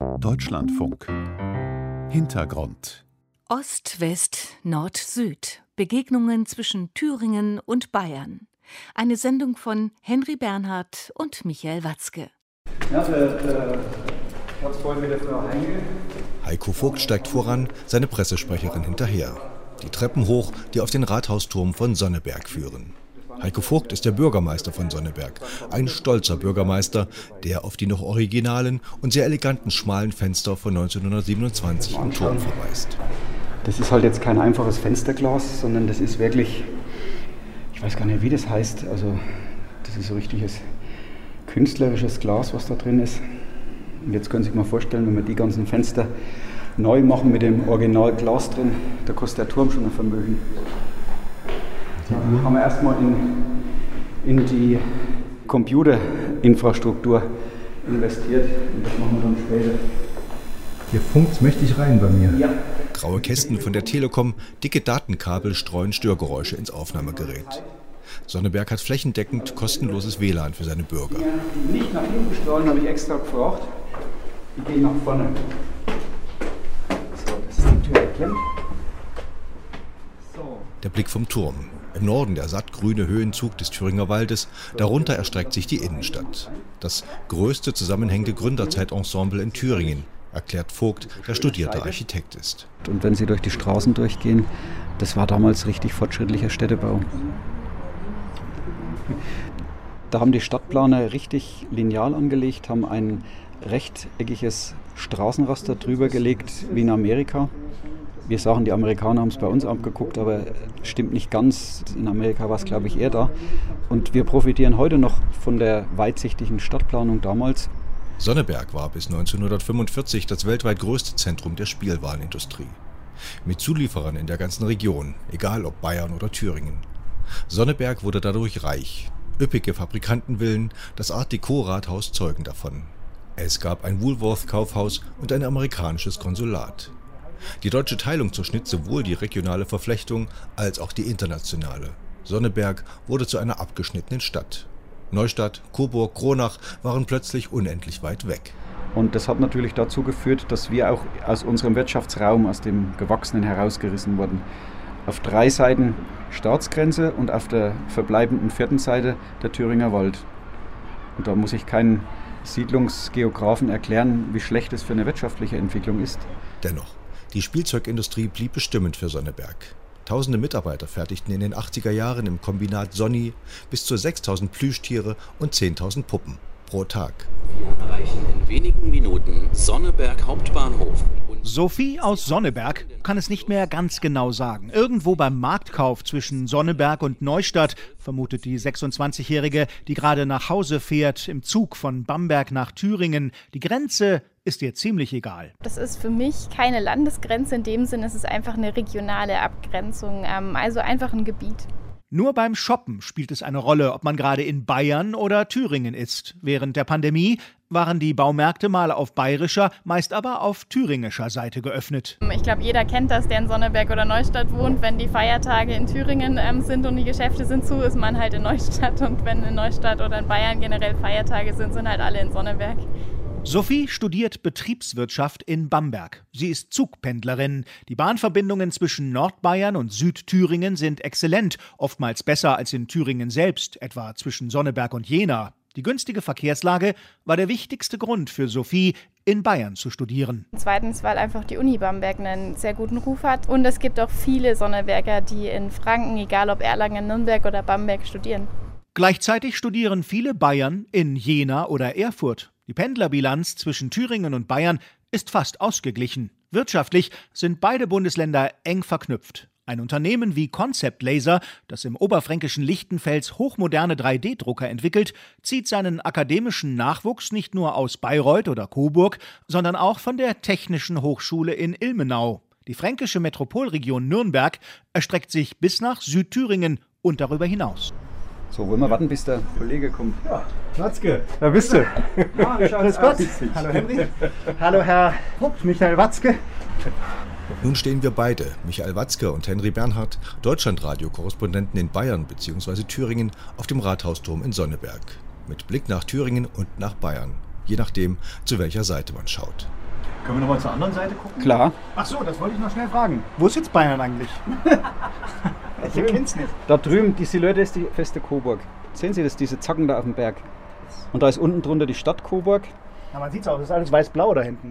Deutschlandfunk. Hintergrund. Ost, West, Nord, Süd. Begegnungen zwischen Thüringen und Bayern. Eine Sendung von Henry Bernhard und Michael Watzke. Ja, ich hab's vorhin mit der Frau Heinge. Heiko Vogt steigt voran, seine Pressesprecherin hinterher. Die Treppen hoch, die auf den Rathausturm von Sonneberg führen. Heiko Vogt ist der Bürgermeister von Sonneberg. Ein stolzer Bürgermeister, der auf die noch originalen und sehr eleganten schmalen Fenster von 1927 im Turm verweist. Das ist halt jetzt kein einfaches Fensterglas, sondern das ist wirklich, ich weiß gar nicht, wie das heißt. Also das ist so richtiges künstlerisches Glas, was da drin ist. Und jetzt können Sie sich mal vorstellen, wenn wir die ganzen Fenster neu machen mit dem Originalglas drin, da kostet der Turm schon ein Vermögen. Da haben wir erstmal in die Computerinfrastruktur investiert und das machen wir dann später. Hier funkt's mächtig rein bei mir. Ja. Graue Kästen von der Telekom, dicke Datenkabel streuen Störgeräusche ins Aufnahmegerät. Sonneberg hat flächendeckend kostenloses WLAN für seine Bürger. Die nicht nach hinten strahlen, habe ich extra gefragt. Die gehen nach vorne. So, das ist die Tür erklemmt. So. Der Blick vom Turm. Im Norden der sattgrüne Höhenzug des Thüringer Waldes, darunter erstreckt sich die Innenstadt. Das größte zusammenhängende Gründerzeit-Ensemble in Thüringen, erklärt Vogt, der studierter Architekt ist. Und wenn Sie durch die Straßen durchgehen, das war damals richtig fortschrittlicher Städtebau. Da haben die Stadtplaner richtig Lineal angelegt, haben ein rechteckiges Straßenraster drüber gelegt, wie in Amerika. Wir sagen, die Amerikaner haben es bei uns abgeguckt, aber stimmt nicht ganz. In Amerika war es, glaube ich, eher da. Und wir profitieren heute noch von der weitsichtigen Stadtplanung damals. Sonneberg war bis 1945 das weltweit größte Zentrum der Spielwarenindustrie. Mit Zulieferern in der ganzen Region, egal ob Bayern oder Thüringen. Sonneberg wurde dadurch reich. Üppige Fabrikantenvillen, das Art-Deco-Rathaus zeugen davon. Es gab ein Woolworth-Kaufhaus und ein amerikanisches Konsulat. Die deutsche Teilung zerschnitt sowohl die regionale Verflechtung als auch die internationale. Sonneberg wurde zu einer abgeschnittenen Stadt. Neustadt, Coburg, Kronach waren plötzlich unendlich weit weg. Und das hat natürlich dazu geführt, dass wir auch aus unserem Wirtschaftsraum, aus dem Gewachsenen herausgerissen wurden. Auf 3 Seiten Staatsgrenze und auf der verbleibenden 4. Seite der Thüringer Wald. Und da muss ich keinen Siedlungsgeografen erklären, wie schlecht es für eine wirtschaftliche Entwicklung ist. Dennoch, die Spielzeugindustrie blieb bestimmend für Sonneberg. Tausende Mitarbeiter fertigten in den 80er Jahren im Kombinat Sonni bis zu 6.000 Plüschtiere und 10.000 Puppen pro Tag. Wir erreichen in wenigen Minuten Sonneberg Hauptbahnhof. Sophie aus Sonneberg kann es nicht mehr ganz genau sagen. Irgendwo beim Marktkauf zwischen Sonneberg und Neustadt, vermutet die 26-Jährige, die gerade nach Hause fährt, im Zug von Bamberg nach Thüringen. Die Grenze ist ihr ziemlich egal. Das ist für mich keine Landesgrenze in dem Sinne, es ist einfach eine regionale Abgrenzung, also einfach ein Gebiet. Nur beim Shoppen spielt es eine Rolle, ob man gerade in Bayern oder Thüringen ist. Während der Pandemie waren die Baumärkte mal auf bayerischer, meist aber auf thüringischer Seite geöffnet. Ich glaube, jeder kennt das, der in Sonneberg oder Neustadt wohnt. Wenn die Feiertage in Thüringen sind und die Geschäfte sind zu, ist man halt in Neustadt. Und wenn in Neustadt oder in Bayern generell Feiertage sind, sind halt alle in Sonneberg. Sophie studiert Betriebswirtschaft in Bamberg. Sie ist Zugpendlerin. Die Bahnverbindungen zwischen Nordbayern und Südthüringen sind exzellent, oftmals besser als in Thüringen selbst, etwa zwischen Sonneberg und Jena. Die günstige Verkehrslage war der wichtigste Grund für Sophie, in Bayern zu studieren. Zweitens, weil einfach die Uni Bamberg einen sehr guten Ruf hat. Und es gibt auch viele Sonneberger, die in Franken, egal ob Erlangen, Nürnberg oder Bamberg, studieren. Gleichzeitig studieren viele Bayern in Jena oder Erfurt. Die Pendlerbilanz zwischen Thüringen und Bayern ist fast ausgeglichen. Wirtschaftlich sind beide Bundesländer eng verknüpft. Ein Unternehmen wie Concept Laser, das im oberfränkischen Lichtenfels hochmoderne 3D-Drucker entwickelt, zieht seinen akademischen Nachwuchs nicht nur aus Bayreuth oder Coburg, sondern auch von der Technischen Hochschule in Ilmenau. Die fränkische Metropolregion Nürnberg erstreckt sich bis nach Südthüringen und darüber hinaus. So, wollen wir warten, bis der Kollege kommt? Ja, Watzke, da bist du. Ja, Grüß Gott. Hallo Henry. Hallo Herr Vogt, Michael Watzke. Nun stehen wir beide, Michael Watzke und Henry Bernhard, Deutschlandradio-Korrespondenten in Bayern bzw. Thüringen, auf dem Rathausturm in Sonneberg. Mit Blick nach Thüringen und nach Bayern, je nachdem, zu welcher Seite man schaut. Können wir nochmal zur anderen Seite gucken? Klar. Ach so, das wollte ich noch schnell fragen. Wo ist jetzt Bayern eigentlich? Ich kenn's nicht. Da drüben, die Silhouette ist die feste Coburg. Sehen Sie das, diese Zacken da auf dem Berg? Und da ist unten drunter die Stadt Coburg. Na, man sieht's auch, das ist alles weiß-blau da hinten.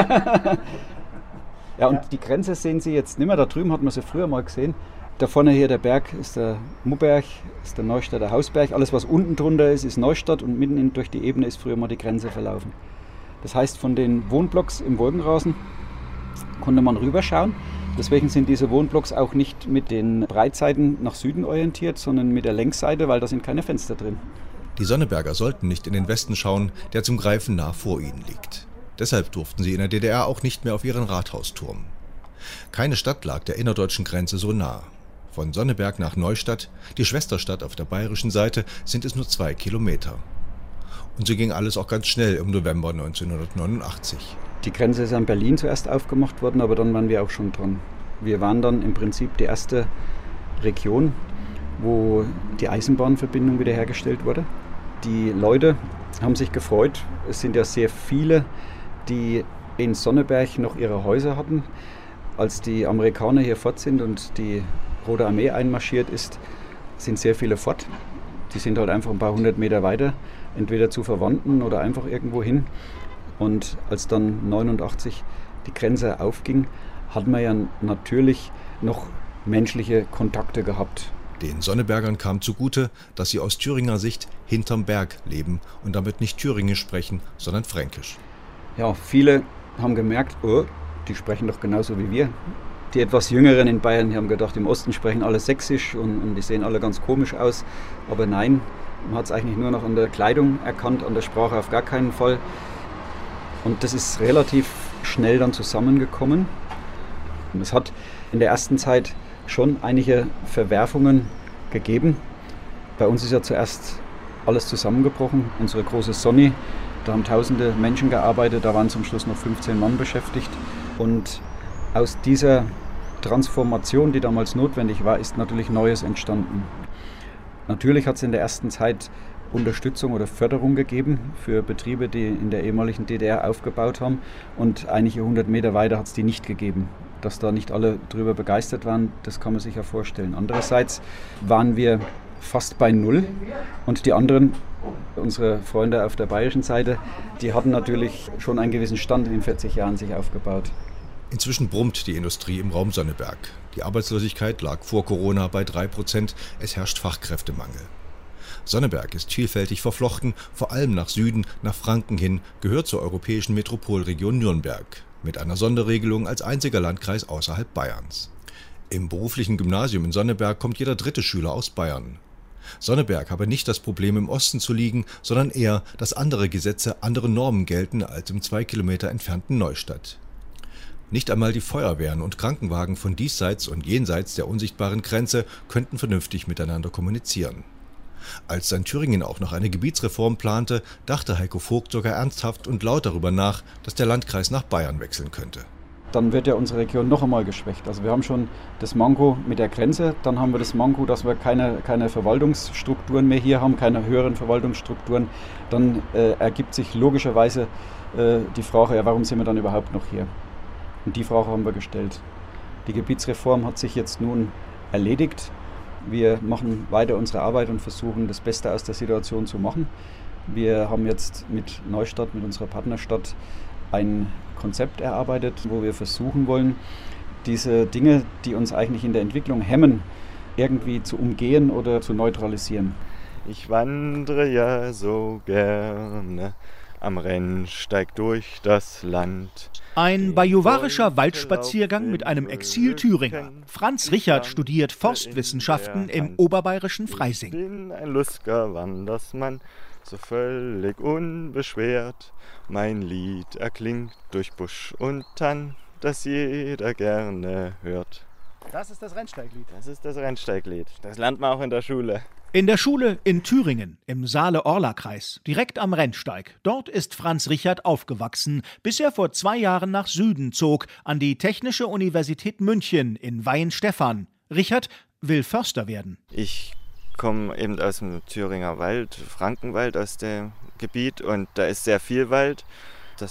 Ja, und die Grenze sehen Sie jetzt nicht mehr. Da drüben hat man sie früher mal gesehen. Da vorne hier der Berg ist der Muberg, ist der Neustadter Hausberg. Alles, was unten drunter ist Neustadt und mitten durch die Ebene ist früher mal die Grenze verlaufen. Das heißt, von den Wohnblocks im Wolkenrasen konnte man rüberschauen. Deswegen sind diese Wohnblocks auch nicht mit den Breitseiten nach Süden orientiert, sondern mit der Längsseite, weil da sind keine Fenster drin. Die Sonneberger sollten nicht in den Westen schauen, der zum Greifen nah vor ihnen liegt. Deshalb durften sie in der DDR auch nicht mehr auf ihren Rathausturm. Keine Stadt lag der innerdeutschen Grenze so nah. Von Sonneberg nach Neustadt, die Schwesterstadt auf der bayerischen Seite, sind es nur 2 Kilometer. Und so ging alles auch ganz schnell im November 1989. Die Grenze ist an Berlin zuerst aufgemacht worden, aber dann waren wir auch schon dran. Wir waren dann im Prinzip die erste Region, wo die Eisenbahnverbindung wiederhergestellt wurde. Die Leute haben sich gefreut. Es sind ja sehr viele, die in Sonneberg noch ihre Häuser hatten. Als die Amerikaner hier fort sind und die Rote Armee einmarschiert ist, sind sehr viele fort. Die sind halt einfach ein paar hundert Meter weiter, entweder zu Verwandten oder einfach irgendwo hin. Und als dann 1989 die Grenze aufging, hat man ja natürlich noch menschliche Kontakte gehabt. Den Sonnebergern kam zugute, dass sie aus Thüringer Sicht hinterm Berg leben und damit nicht Thüringisch sprechen, sondern Fränkisch. Ja, viele haben gemerkt, oh, die sprechen doch genauso wie wir. Die etwas Jüngeren in Bayern, die haben gedacht, im Osten sprechen alle Sächsisch und die sehen alle ganz komisch aus. Aber nein, man hat es eigentlich nur noch an der Kleidung erkannt, an der Sprache auf gar keinen Fall. Und das ist relativ schnell dann zusammengekommen. Und es hat in der ersten Zeit schon einige Verwerfungen gegeben. Bei uns ist ja zuerst alles zusammengebrochen. Unsere große Sonny, da haben tausende Menschen gearbeitet, da waren zum Schluss noch 15 Mann beschäftigt. Und aus dieser Transformation, die damals notwendig war, ist natürlich Neues entstanden. Natürlich hat es in der ersten Zeit Unterstützung oder Förderung gegeben für Betriebe, die in der ehemaligen DDR aufgebaut haben. Und einige 100 Meter weiter hat es die nicht gegeben. Dass da nicht alle drüber begeistert waren, das kann man sich ja vorstellen. Andererseits waren wir fast bei Null und die anderen, unsere Freunde auf der bayerischen Seite, die hatten natürlich schon einen gewissen Stand in den 40 Jahren sich aufgebaut. Inzwischen brummt die Industrie im Raum Sonneberg. Die Arbeitslosigkeit lag vor Corona bei 3%, es herrscht Fachkräftemangel. Sonneberg ist vielfältig verflochten, vor allem nach Süden, nach Franken hin, gehört zur europäischen Metropolregion Nürnberg, mit einer Sonderregelung als einziger Landkreis außerhalb Bayerns. Im beruflichen Gymnasium in Sonneberg kommt jeder 3. Schüler aus Bayern. Sonneberg habe nicht das Problem, im Osten zu liegen, sondern eher, dass andere Gesetze, andere Normen gelten als im 2 Kilometer entfernten Neustadt. Nicht einmal die Feuerwehren und Krankenwagen von diesseits und jenseits der unsichtbaren Grenze könnten vernünftig miteinander kommunizieren. Als dann Thüringen auch noch eine Gebietsreform plante, dachte Heiko Vogt sogar ernsthaft und laut darüber nach, dass der Landkreis nach Bayern wechseln könnte. Dann wird ja unsere Region noch einmal geschwächt. Also wir haben schon das Manko mit der Grenze, dann haben wir das Manko, dass wir keine Verwaltungsstrukturen mehr hier haben, keine höheren Verwaltungsstrukturen. Dann ergibt sich logischerweise die Frage, ja, warum sind wir dann überhaupt noch hier? Und die Frage haben wir gestellt. Die Gebietsreform hat sich jetzt nun erledigt. Wir machen weiter unsere Arbeit und versuchen, das Beste aus der Situation zu machen. Wir haben jetzt mit Neustadt, mit unserer Partnerstadt, ein Konzept erarbeitet, wo wir versuchen wollen, diese Dinge, die uns eigentlich in der Entwicklung hemmen, irgendwie zu umgehen oder zu neutralisieren. Ich wandere ja so gerne am Rennsteig durch das Land. Ein bajuwarischer Waldspaziergang mit einem Exil-Thüringer. Franz Richard studiert Forstwissenschaften im oberbayerischen Freising. Ich bin ein lustiger Wandersmann, so völlig unbeschwert. Mein Lied erklingt durch Busch und Tann, das jeder gerne hört. Das ist das Rennsteiglied. Das ist das Rennsteiglied. Das lernt man auch in der Schule. In der Schule in Thüringen, im Saale-Orla-Kreis, direkt am Rennsteig. Dort ist Franz Richard aufgewachsen, bis er vor 2 Jahren nach Süden zog, an die Technische Universität München in Weihenstephan. Richard will Förster werden. Ich komme eben aus dem Thüringer Wald, Frankenwald, aus dem Gebiet, und da ist sehr viel Wald. Das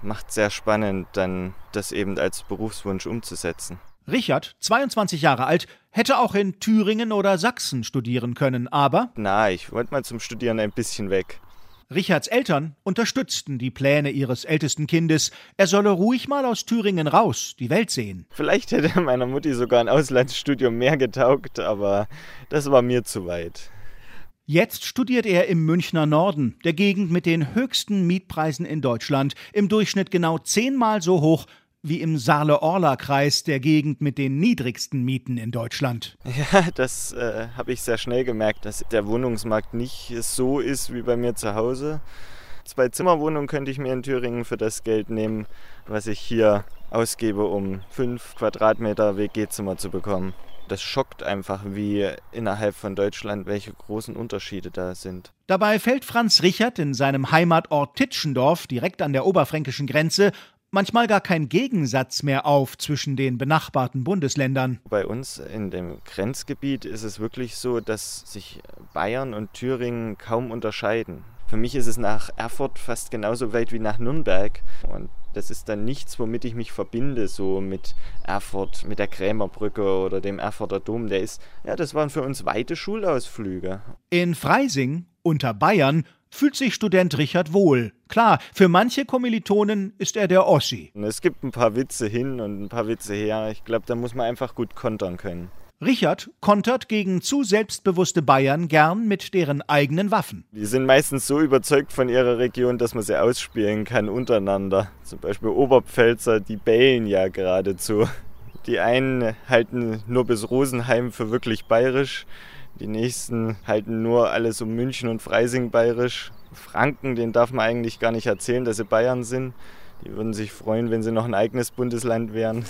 macht sehr spannend, dann das eben als Berufswunsch umzusetzen. Richard, 22 Jahre alt, hätte auch in Thüringen oder Sachsen studieren können, aber Ich wollte mal zum Studieren ein bisschen weg. Richards Eltern unterstützten die Pläne ihres ältesten Kindes. Er solle ruhig mal aus Thüringen raus, die Welt sehen. Vielleicht hätte meiner Mutti sogar ein Auslandsstudium mehr getaugt, aber das war mir zu weit. Jetzt studiert er im Münchner Norden, der Gegend mit den höchsten Mietpreisen in Deutschland, im Durchschnitt genau 10-mal so hoch wie im Saale-Orla-Kreis, der Gegend mit den niedrigsten Mieten in Deutschland. Ja, das habe ich sehr schnell gemerkt, dass der Wohnungsmarkt nicht so ist wie bei mir zu Hause. 2-Zimmer-Wohnungen könnte ich mir in Thüringen für das Geld nehmen, was ich hier ausgebe, um 5 Quadratmeter WG-Zimmer zu bekommen. Das schockt einfach, wie innerhalb von Deutschland, welche großen Unterschiede da sind. Dabei fällt Franz Richard in seinem Heimatort Titschendorf, direkt an der oberfränkischen Grenze, manchmal gar kein Gegensatz mehr auf zwischen den benachbarten Bundesländern. Bei uns in dem Grenzgebiet ist es wirklich so, dass sich Bayern und Thüringen kaum unterscheiden. Für mich ist es nach Erfurt fast genauso weit wie nach Nürnberg. Und das ist dann nichts, womit ich mich verbinde, so mit Erfurt, mit der Krämerbrücke oder dem Erfurter Dom. Das waren für uns weite Schulausflüge. In Freising, unter Bayern, fühlt sich Student Richard wohl. Klar, für manche Kommilitonen ist er der Ossi. Es gibt ein paar Witze hin und ein paar Witze her. Ich glaube, da muss man einfach gut kontern können. Richard kontert gegen zu selbstbewusste Bayern gern mit deren eigenen Waffen. Die sind meistens so überzeugt von ihrer Region, dass man sie ausspielen kann untereinander. Zum Beispiel Oberpfälzer, die bellen ja geradezu. Die einen halten nur bis Rosenheim für wirklich bayerisch. Die nächsten halten nur alles um München und Freising bayerisch. Franken, denen darf man eigentlich gar nicht erzählen, dass sie Bayern sind. Die würden sich freuen, wenn sie noch ein eigenes Bundesland wären.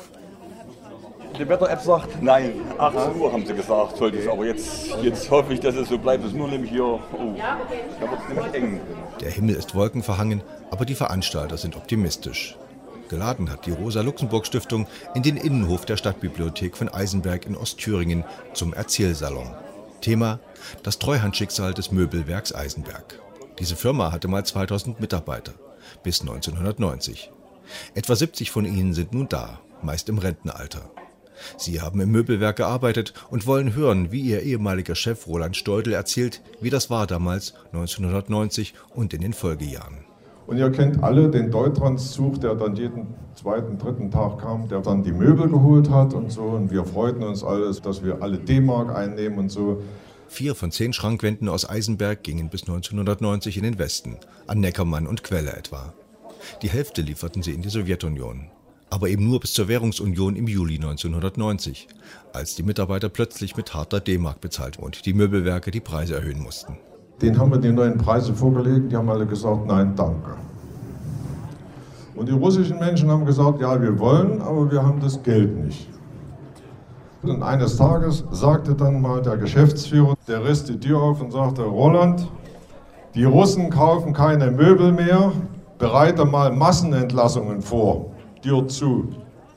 Die Wetter-App sagt, nein, 18 Uhr haben sie gesagt, sollte es. Aber jetzt hoffe ich, dass es so bleibt. Es ist nur nämlich hier, da wird es nämlich eng. Der Himmel ist wolkenverhangen, aber die Veranstalter sind optimistisch. Geladen hat die Rosa-Luxemburg-Stiftung in den Innenhof der Stadtbibliothek von Eisenberg in Ostthüringen zum Erzählsalon. Thema: das Treuhandschicksal des Möbelwerks Eisenberg. Diese Firma hatte mal 2000 Mitarbeiter, bis 1990. Etwa 70 von ihnen sind nun da, meist im Rentenalter. Sie haben im Möbelwerk gearbeitet und wollen hören, wie ihr ehemaliger Chef Roland Steudel erzählt, wie das war damals 1990 und in den Folgejahren. Und ihr kennt alle den Deutrans-Zug, der dann jeden zweiten, dritten Tag kam, der dann die Möbel geholt hat und so. Und wir freuten uns alles, dass wir alle D-Mark einnehmen und so. 4 von 10 Schrankwänden aus Eisenberg gingen bis 1990 in den Westen, an Neckermann und Quelle etwa. Die Hälfte lieferten sie in die Sowjetunion. Aber eben nur bis zur Währungsunion im Juli 1990, als die Mitarbeiter plötzlich mit harter D-Mark bezahlt und die Möbelwerke die Preise erhöhen mussten. Denen haben wir die neuen Preise vorgelegt, die haben alle gesagt, nein, danke. Und die russischen Menschen haben gesagt, ja, wir wollen, aber wir haben das Geld nicht. Und eines Tages sagte dann mal der Geschäftsführer, der riss die Tür auf und sagte, Roland, die Russen kaufen keine Möbel mehr, bereite mal Massenentlassungen vor, Tür zu.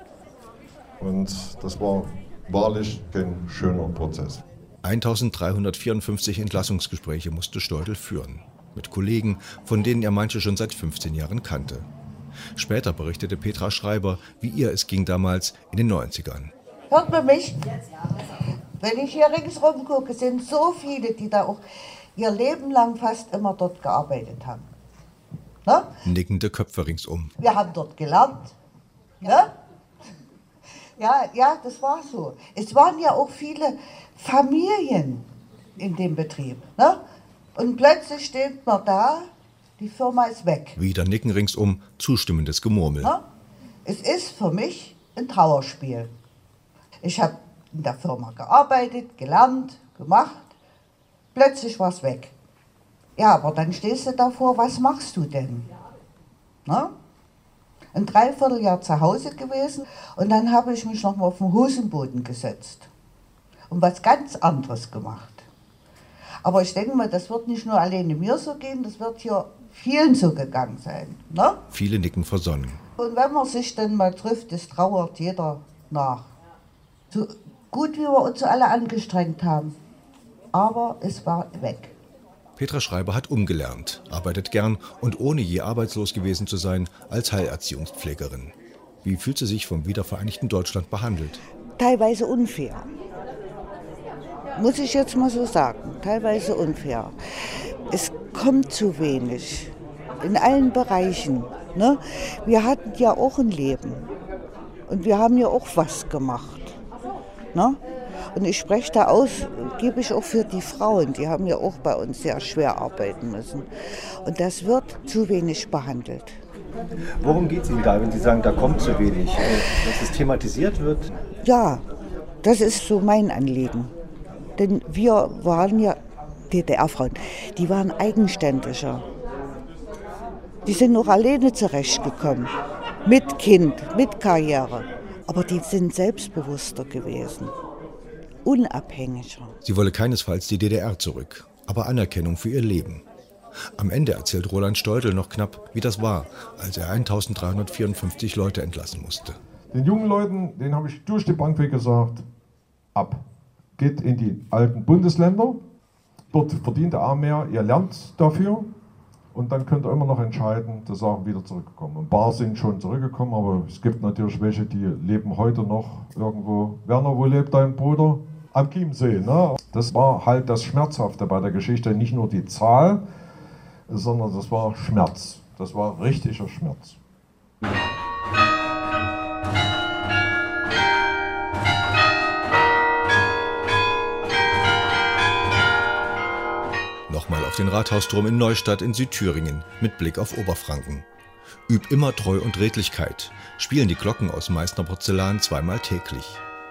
Und das war wahrlich kein schöner Prozess. 1354 Entlassungsgespräche musste Steudel führen, mit Kollegen, von denen er manche schon seit 15 Jahren kannte. Später berichtete Petra Schreiber, wie ihr es ging damals in den 90ern. Hört man mich? Wenn ich hier ringsrum gucke, sind so viele, die da auch ihr Leben lang fast immer dort gearbeitet haben. Ne? Nickende Köpfe ringsum. Wir haben dort gelernt. Ne? Ja, das war so. Es waren ja auch viele Familien in dem Betrieb. Ne? Und plötzlich steht man da, die Firma ist weg. Wieder Nicken ringsum, zustimmendes Gemurmel. Ne? Es ist für mich ein Trauerspiel. Ich habe in der Firma gearbeitet, gelernt, gemacht. Plötzlich war es weg. Ja, aber dann stehst du davor, was machst du denn? Ne? Ein Dreivierteljahr zu Hause gewesen und dann habe ich mich noch mal auf den Hosenboden gesetzt und was ganz anderes gemacht. Aber ich denke mal, das wird nicht nur alleine mir so gehen, das wird hier vielen so gegangen sein. Ne? Viele nicken versonnen. Und wenn man sich dann mal trifft, das trauert jeder nach. So gut wie wir uns alle angestrengt haben, aber es war weg. Petra Schreiber hat umgelernt, arbeitet gern und ohne je arbeitslos gewesen zu sein als Heilerziehungspflegerin. Wie fühlt sie sich vom wiedervereinigten Deutschland behandelt? Teilweise unfair. Muss ich jetzt mal so sagen, teilweise unfair. Es kommt zu wenig, in allen Bereichen. Ne? Wir hatten ja auch ein Leben und wir haben ja auch was gemacht. Ne? Und ich spreche da aus, gebe ich auch für die Frauen, die haben ja auch bei uns sehr schwer arbeiten müssen. Und das wird zu wenig behandelt. Worum geht es Ihnen da, wenn Sie sagen, da kommt zu wenig, dass es thematisiert wird? Ja, das ist so mein Anliegen. Denn wir waren ja DDR-Frauen, die waren eigenständiger. Die sind noch alleine zurechtgekommen, mit Kind, mit Karriere. Aber die sind selbstbewusster gewesen, unabhängiger. Sie wolle keinesfalls die DDR zurück, aber Anerkennung für ihr Leben. Am Ende erzählt Roland Steudel noch knapp, wie das war, als er 1354 Leute entlassen musste. Den jungen Leuten, denen habe ich durch die Bank weg gesagt, ab. Geht in die alten Bundesländer, dort verdient ihr mehr, ihr lernt dafür und dann könnt ihr immer noch entscheiden, dass Sachen wieder zurückkommen. Ein paar sind schon zurückgekommen, aber es gibt natürlich welche, die leben heute noch irgendwo. Werner, wo lebt dein Bruder? Am Chiemsee. Ne? Das war halt das Schmerzhafte bei der Geschichte, nicht nur die Zahl, sondern das war Schmerz. Das war richtiger Schmerz. Nochmal auf den Rathausturm in Neustadt in Südthüringen mit Blick auf Oberfranken. Üb immer Treu und Redlichkeit, spielen die Glocken aus Meißner Porzellan zweimal täglich.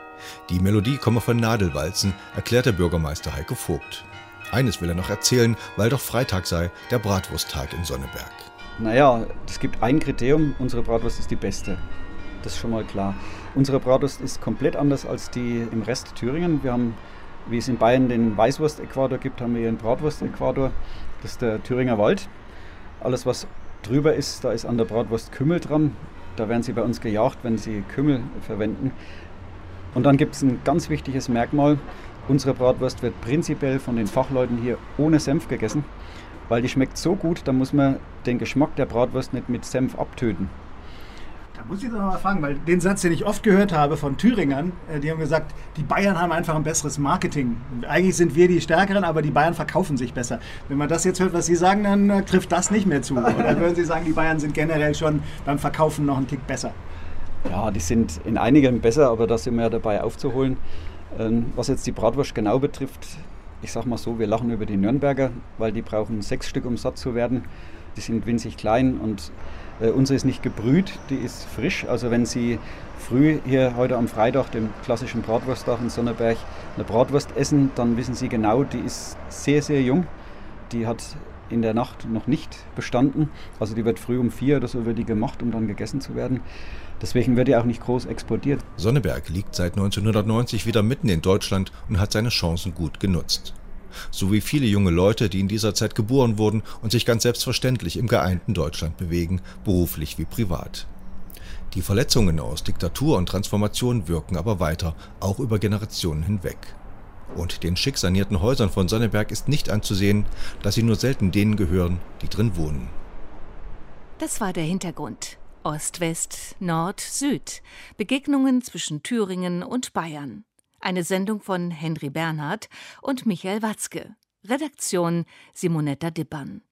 Die Melodie komme von Nadelwalzen, erklärt der Bürgermeister Heike Vogt. Eines will er noch erzählen, weil doch Freitag sei, der Bratwursttag in Sonneberg. Naja, es gibt ein Kriterium, unsere Bratwurst ist die beste. Das ist schon mal klar. Unsere Bratwurst ist komplett anders als die im Rest Thüringen. Wir haben, wie es in Bayern den Weißwurst-Äquator gibt, haben wir hier einen Bratwurst-Äquator. Das ist der Thüringer Wald. Alles, was drüber ist, da ist an der Bratwurst Kümmel dran. Da werden sie bei uns gejagt, wenn sie Kümmel verwenden. Und dann gibt es ein ganz wichtiges Merkmal. Unsere Bratwurst wird prinzipiell von den Fachleuten hier ohne Senf gegessen, weil die schmeckt so gut, da muss man den Geschmack der Bratwurst nicht mit Senf abtöten. Da muss ich doch noch mal fragen, weil den Satz, den ich oft gehört habe von Thüringern, die haben gesagt, die Bayern haben einfach ein besseres Marketing. Eigentlich sind wir die Stärkeren, aber die Bayern verkaufen sich besser. Wenn man das jetzt hört, was Sie sagen, dann trifft das nicht mehr zu. Oder würden Sie sagen, die Bayern sind generell schon beim Verkaufen noch einen Tick besser? Ja, die sind in einigen besser, aber da sind wir ja dabei aufzuholen. Was jetzt die Bratwurst genau betrifft, ich sag mal so, wir lachen über die Nürnberger, weil die brauchen 6 Stück, um satt zu werden. Die sind winzig klein und unsere ist nicht gebrüht, die ist frisch. Also wenn Sie früh hier heute am Freitag, dem klassischen Bratwursttag in Sonneberg, eine Bratwurst essen, dann wissen Sie genau, die ist sehr, sehr jung. Die hat in der Nacht noch nicht bestanden. Also die wird früh um 4 oder so wird die gemacht, um dann gegessen zu werden. Deswegen wird die auch nicht groß exportiert. Sonneberg liegt seit 1990 wieder mitten in Deutschland und hat seine Chancen gut genutzt. So wie viele junge Leute, die in dieser Zeit geboren wurden und sich ganz selbstverständlich im geeinten Deutschland bewegen, beruflich wie privat. Die Verletzungen aus Diktatur und Transformation wirken aber weiter, auch über Generationen hinweg. Und den schick sanierten Häusern von Sonneberg ist nicht anzusehen, dass sie nur selten denen gehören, die drin wohnen. Das war der Hintergrund. Ost, West, Nord, Süd. Begegnungen zwischen Thüringen und Bayern. Eine Sendung von Henry Bernhard und Michael Watzke. Redaktion Simonetta Dippern.